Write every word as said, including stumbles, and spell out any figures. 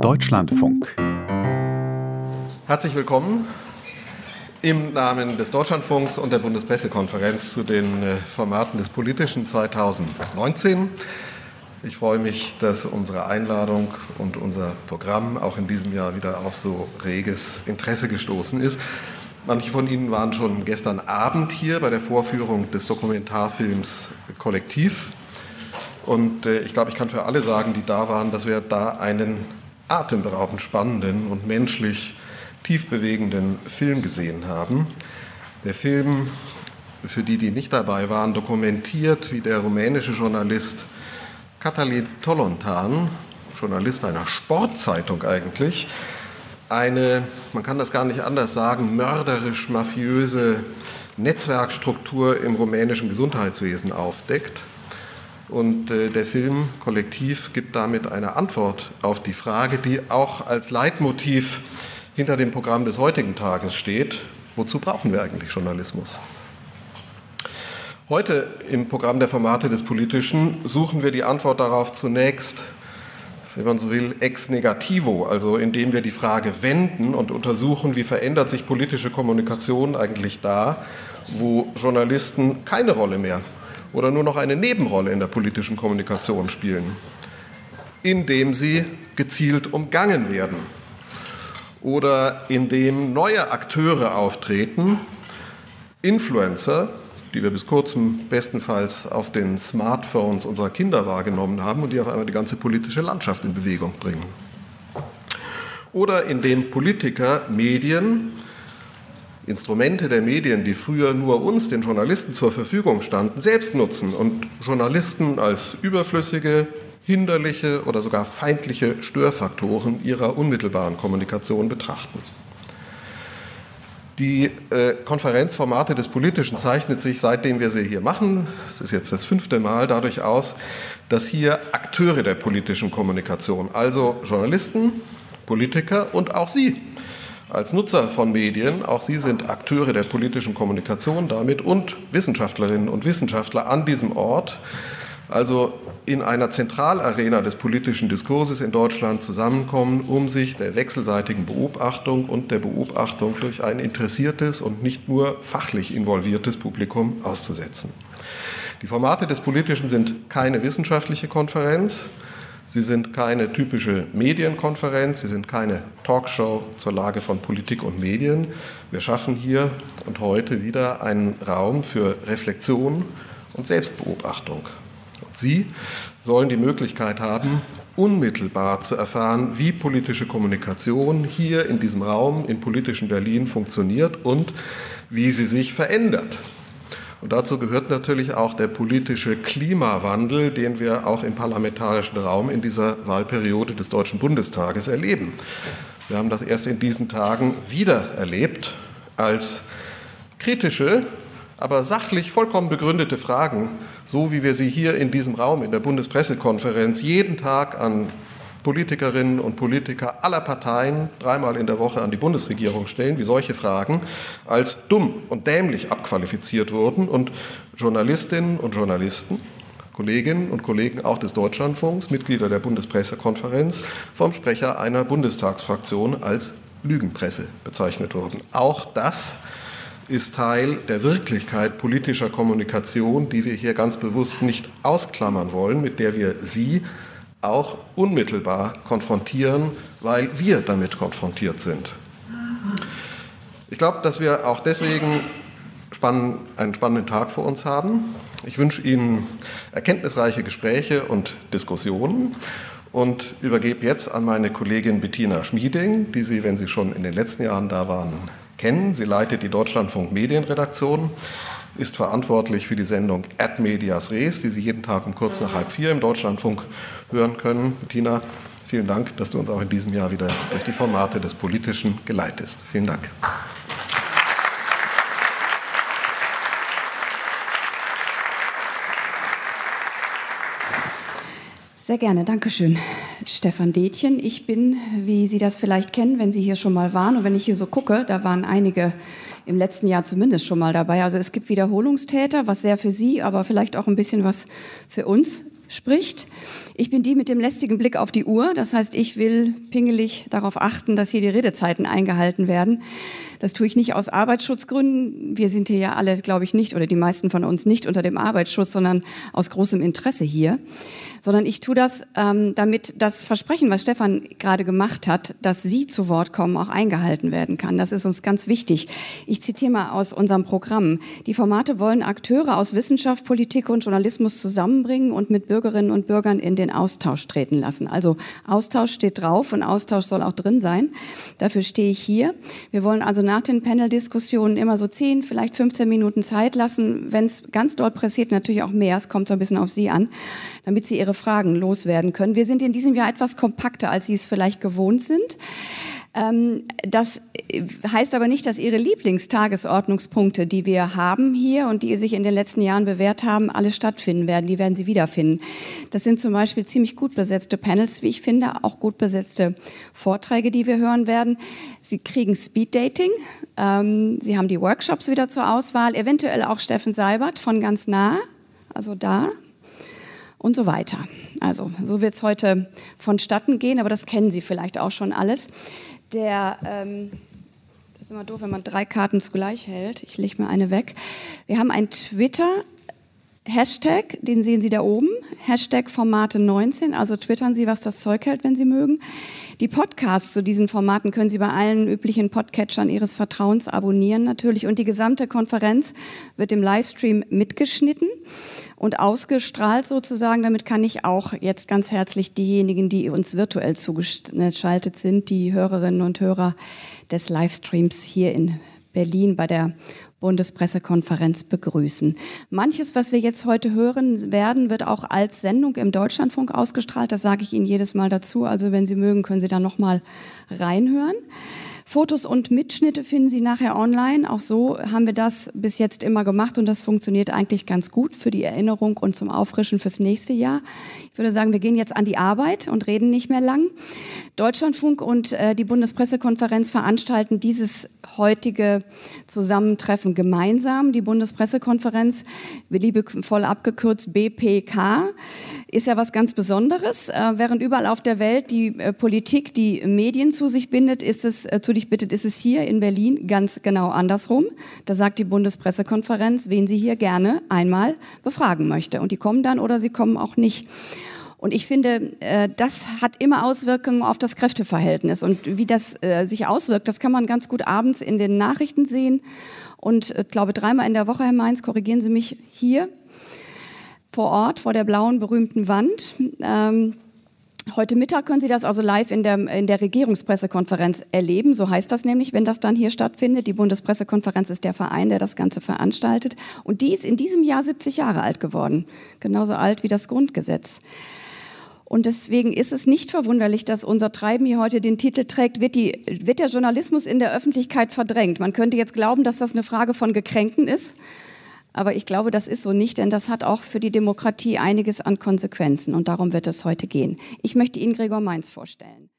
Deutschlandfunk. Herzlich willkommen im Namen des Deutschlandfunks und der Bundespressekonferenz zu den Formaten des Politischen zweitausendneunzehn. Ich freue mich, dass unsere Einladung und unser Programm auch in diesem Jahr wieder auf so reges Interesse gestoßen ist. Manche von Ihnen waren schon gestern Abend hier bei der Vorführung des Dokumentarfilms Kollektiv. Und ich glaube, ich kann für alle sagen, die da waren, dass wir da einen atemberaubend spannenden und menschlich tiefbewegenden Film gesehen haben. Der Film, für die, die nicht dabei waren, dokumentiert, wie der rumänische Journalist Cătălin Tolontan, Journalist einer Sportzeitung eigentlich, eine, man kann das gar nicht anders sagen, mörderisch-mafiöse Netzwerkstruktur im rumänischen Gesundheitswesen aufdeckt. Und äh, der Film Kollektiv gibt damit eine Antwort auf die Frage, die auch als Leitmotiv hinter dem Programm des heutigen Tages steht: Wozu brauchen wir eigentlich Journalismus? Heute im Programm der Formate des Politischen suchen wir die Antwort darauf zunächst, wenn man so will, ex negativo, also indem wir die Frage wenden und untersuchen, wie verändert sich politische Kommunikation eigentlich da, wo Journalisten keine Rolle mehr oder nur noch eine Nebenrolle in der politischen Kommunikation spielen, indem sie gezielt umgangen werden oder indem neue Akteure auftreten, Influencer, die wir bis kurzem bestenfalls auf den Smartphones unserer Kinder wahrgenommen haben und die auf einmal die ganze politische Landschaft in Bewegung bringen. Oder indem Politiker, Medien, Instrumente der Medien, die früher nur uns, den Journalisten, zur Verfügung standen, selbst nutzen und Journalisten als überflüssige, hinderliche oder sogar feindliche Störfaktoren ihrer unmittelbaren Kommunikation betrachten. Die äh, Konferenzformate des Politischen zeichnet sich, seitdem wir sie hier machen, es ist jetzt das fünfte Mal, dadurch aus, dass hier Akteure der politischen Kommunikation, also Journalisten, Politiker und auch Sie als Nutzer von Medien, auch Sie sind Akteure der politischen Kommunikation damit und Wissenschaftlerinnen und Wissenschaftler an diesem Ort, also in einer Zentralarena des politischen Diskurses in Deutschland zusammenkommen, um sich der wechselseitigen Beobachtung und der Beobachtung durch ein interessiertes und nicht nur fachlich involviertes Publikum auszusetzen. Die Formate des Politischen sind keine wissenschaftliche Konferenz, sie sind keine typische Medienkonferenz, sie sind keine Talkshow zur Lage von Politik und Medien. Wir schaffen hier und heute wieder einen Raum für Reflexion und Selbstbeobachtung. Sie sollen die Möglichkeit haben, unmittelbar zu erfahren, wie politische Kommunikation hier in diesem Raum im politischen Berlin funktioniert und wie sie sich verändert. Und dazu gehört natürlich auch der politische Klimawandel, den wir auch im parlamentarischen Raum in dieser Wahlperiode des Deutschen Bundestages erleben. Wir haben das erst in diesen Tagen wieder erlebt, als kritische, aber sachlich vollkommen begründete Fragen, so wie wir sie hier in diesem Raum in der Bundespressekonferenz jeden Tag an Politikerinnen und Politiker aller Parteien dreimal in der Woche an die Bundesregierung stellen, wie solche Fragen als dumm und dämlich abqualifiziert wurden und Journalistinnen und Journalisten, Kolleginnen und Kollegen auch des Deutschlandfunks, Mitglieder der Bundespressekonferenz, vom Sprecher einer Bundestagsfraktion als Lügenpresse bezeichnet wurden. Auch das ist Teil der Wirklichkeit politischer Kommunikation, die wir hier ganz bewusst nicht ausklammern wollen, mit der wir Sie auch unmittelbar konfrontieren, weil wir damit konfrontiert sind. Ich glaube, dass wir auch deswegen spann- einen spannenden Tag vor uns haben. Ich wünsche Ihnen erkenntnisreiche Gespräche und Diskussionen und übergebe jetzt an meine Kollegin Bettina Schmieding, die Sie, wenn Sie schon in den letzten Jahren da waren, kennen. Sie leitet die Deutschlandfunk Medienredaktion, ist verantwortlich für die Sendung Ad Medias Res, die Sie jeden Tag um kurz nach halb vier im Deutschlandfunk hören können. Bettina, vielen Dank, dass du uns auch in diesem Jahr wieder durch die Formate des Politischen geleitest. Vielen Dank. Sehr gerne, danke schön, Stefan Detjen. Ich bin, wie Sie das vielleicht kennen, wenn Sie hier schon mal waren und wenn ich hier so gucke, da waren einige im letzten Jahr zumindest schon mal dabei. Also es gibt Wiederholungstäter, was sehr für Sie, aber vielleicht auch ein bisschen was für uns spricht. Ich bin die mit dem lästigen Blick auf die Uhr. Das heißt, ich will pingelig darauf achten, dass hier die Redezeiten eingehalten werden. Das tue ich nicht aus Arbeitsschutzgründen. Wir sind hier ja alle, glaube ich, nicht, oder die meisten von uns nicht unter dem Arbeitsschutz, sondern aus großem Interesse hier. Sondern ich tue das, ähm, damit das Versprechen, was Stefan gerade gemacht hat, dass Sie zu Wort kommen, auch eingehalten werden kann. Das ist uns ganz wichtig. Ich zitiere mal aus unserem Programm. Die Formate wollen Akteure aus Wissenschaft, Politik und Journalismus zusammenbringen und mit Bürgerinnen und Bürgern in den Austausch treten lassen. Also Austausch steht drauf und Austausch soll auch drin sein. Dafür stehe ich hier. Wir wollen also nach den Panel-Diskussionen immer so zehn, vielleicht fünfzehn Minuten Zeit lassen. Wenn es ganz doll pressiert, natürlich auch mehr. Es kommt so ein bisschen auf Sie an, damit Sie Ihre Fragen loswerden können. Wir sind in diesem Jahr etwas kompakter, als Sie es vielleicht gewohnt sind. Das heißt aber nicht, dass Ihre Lieblingstagesordnungspunkte, die wir haben hier und die sich in den letzten Jahren bewährt haben, alle stattfinden werden. Die werden Sie wiederfinden. Das sind zum Beispiel ziemlich gut besetzte Panels, wie ich finde, auch gut besetzte Vorträge, die wir hören werden. Sie kriegen Speeddating. Sie haben die Workshops wieder zur Auswahl, eventuell auch Steffen Seibert von ganz nah, also da. Und so weiter. Also so wird es heute vonstatten gehen, aber das kennen Sie vielleicht auch schon alles. Der, ähm, das ist immer doof, wenn man drei Karten zugleich hält. Ich lege mir eine weg. Wir haben einen Twitter-Hashtag, den sehen Sie da oben. Hashtag Formate neunzehn, also twittern Sie, was das Zeug hält, wenn Sie mögen. Die Podcasts zu diesen Formaten können Sie bei allen üblichen Podcatchern Ihres Vertrauens abonnieren natürlich. Und die gesamte Konferenz wird im Livestream mitgeschnitten und ausgestrahlt sozusagen. Damit kann ich auch jetzt ganz herzlich diejenigen, die uns virtuell zugeschaltet sind, die Hörerinnen und Hörer des Livestreams hier in Berlin bei der Bundespressekonferenz begrüßen. Manches, was wir jetzt heute hören werden, wird auch als Sendung im Deutschlandfunk ausgestrahlt. Das sage ich Ihnen jedes Mal dazu. Also wenn Sie mögen, können Sie da noch mal reinhören. Fotos und Mitschnitte finden Sie nachher online. Auch so haben wir das bis jetzt immer gemacht und das funktioniert eigentlich ganz gut für die Erinnerung und zum Auffrischen fürs nächste Jahr. Ich würde sagen, wir gehen jetzt an die Arbeit und reden nicht mehr lang. Deutschlandfunk und äh, die Bundespressekonferenz veranstalten dieses heutige Zusammentreffen gemeinsam. Die Bundespressekonferenz, liebevoll abgekürzt B P K, ist ja was ganz Besonderes. Äh, während überall auf der Welt die äh, Politik die Medien zu sich bindet, ist es äh, zu dich bittet, ist es hier in Berlin ganz genau andersrum. Da sagt die Bundespressekonferenz, wen sie hier gerne einmal befragen möchte. Und die kommen dann oder sie kommen auch nicht. Und ich finde, das hat immer Auswirkungen auf das Kräfteverhältnis. Und wie das sich auswirkt, das kann man ganz gut abends in den Nachrichten sehen. Und ich glaube, dreimal in der Woche, Herr Mainz, korrigieren Sie mich, hier vor Ort, vor der blauen, berühmten Wand. Ähm, heute Mittag können Sie das also live in der, in der Regierungspressekonferenz erleben. So heißt das nämlich, wenn das dann hier stattfindet. Die Bundespressekonferenz ist der Verein, der das Ganze veranstaltet. Und die ist in diesem Jahr siebzig Jahre alt geworden. Genauso alt wie das Grundgesetz. Und deswegen ist es nicht verwunderlich, dass unser Treiben hier heute den Titel trägt, wird, die, wird der Journalismus in der Öffentlichkeit verdrängt? Man könnte jetzt glauben, dass das eine Frage von Gekränkten ist, aber ich glaube, das ist so nicht, denn das hat auch für die Demokratie einiges an Konsequenzen und darum wird es heute gehen. Ich möchte Ihnen Gregor Mainz vorstellen.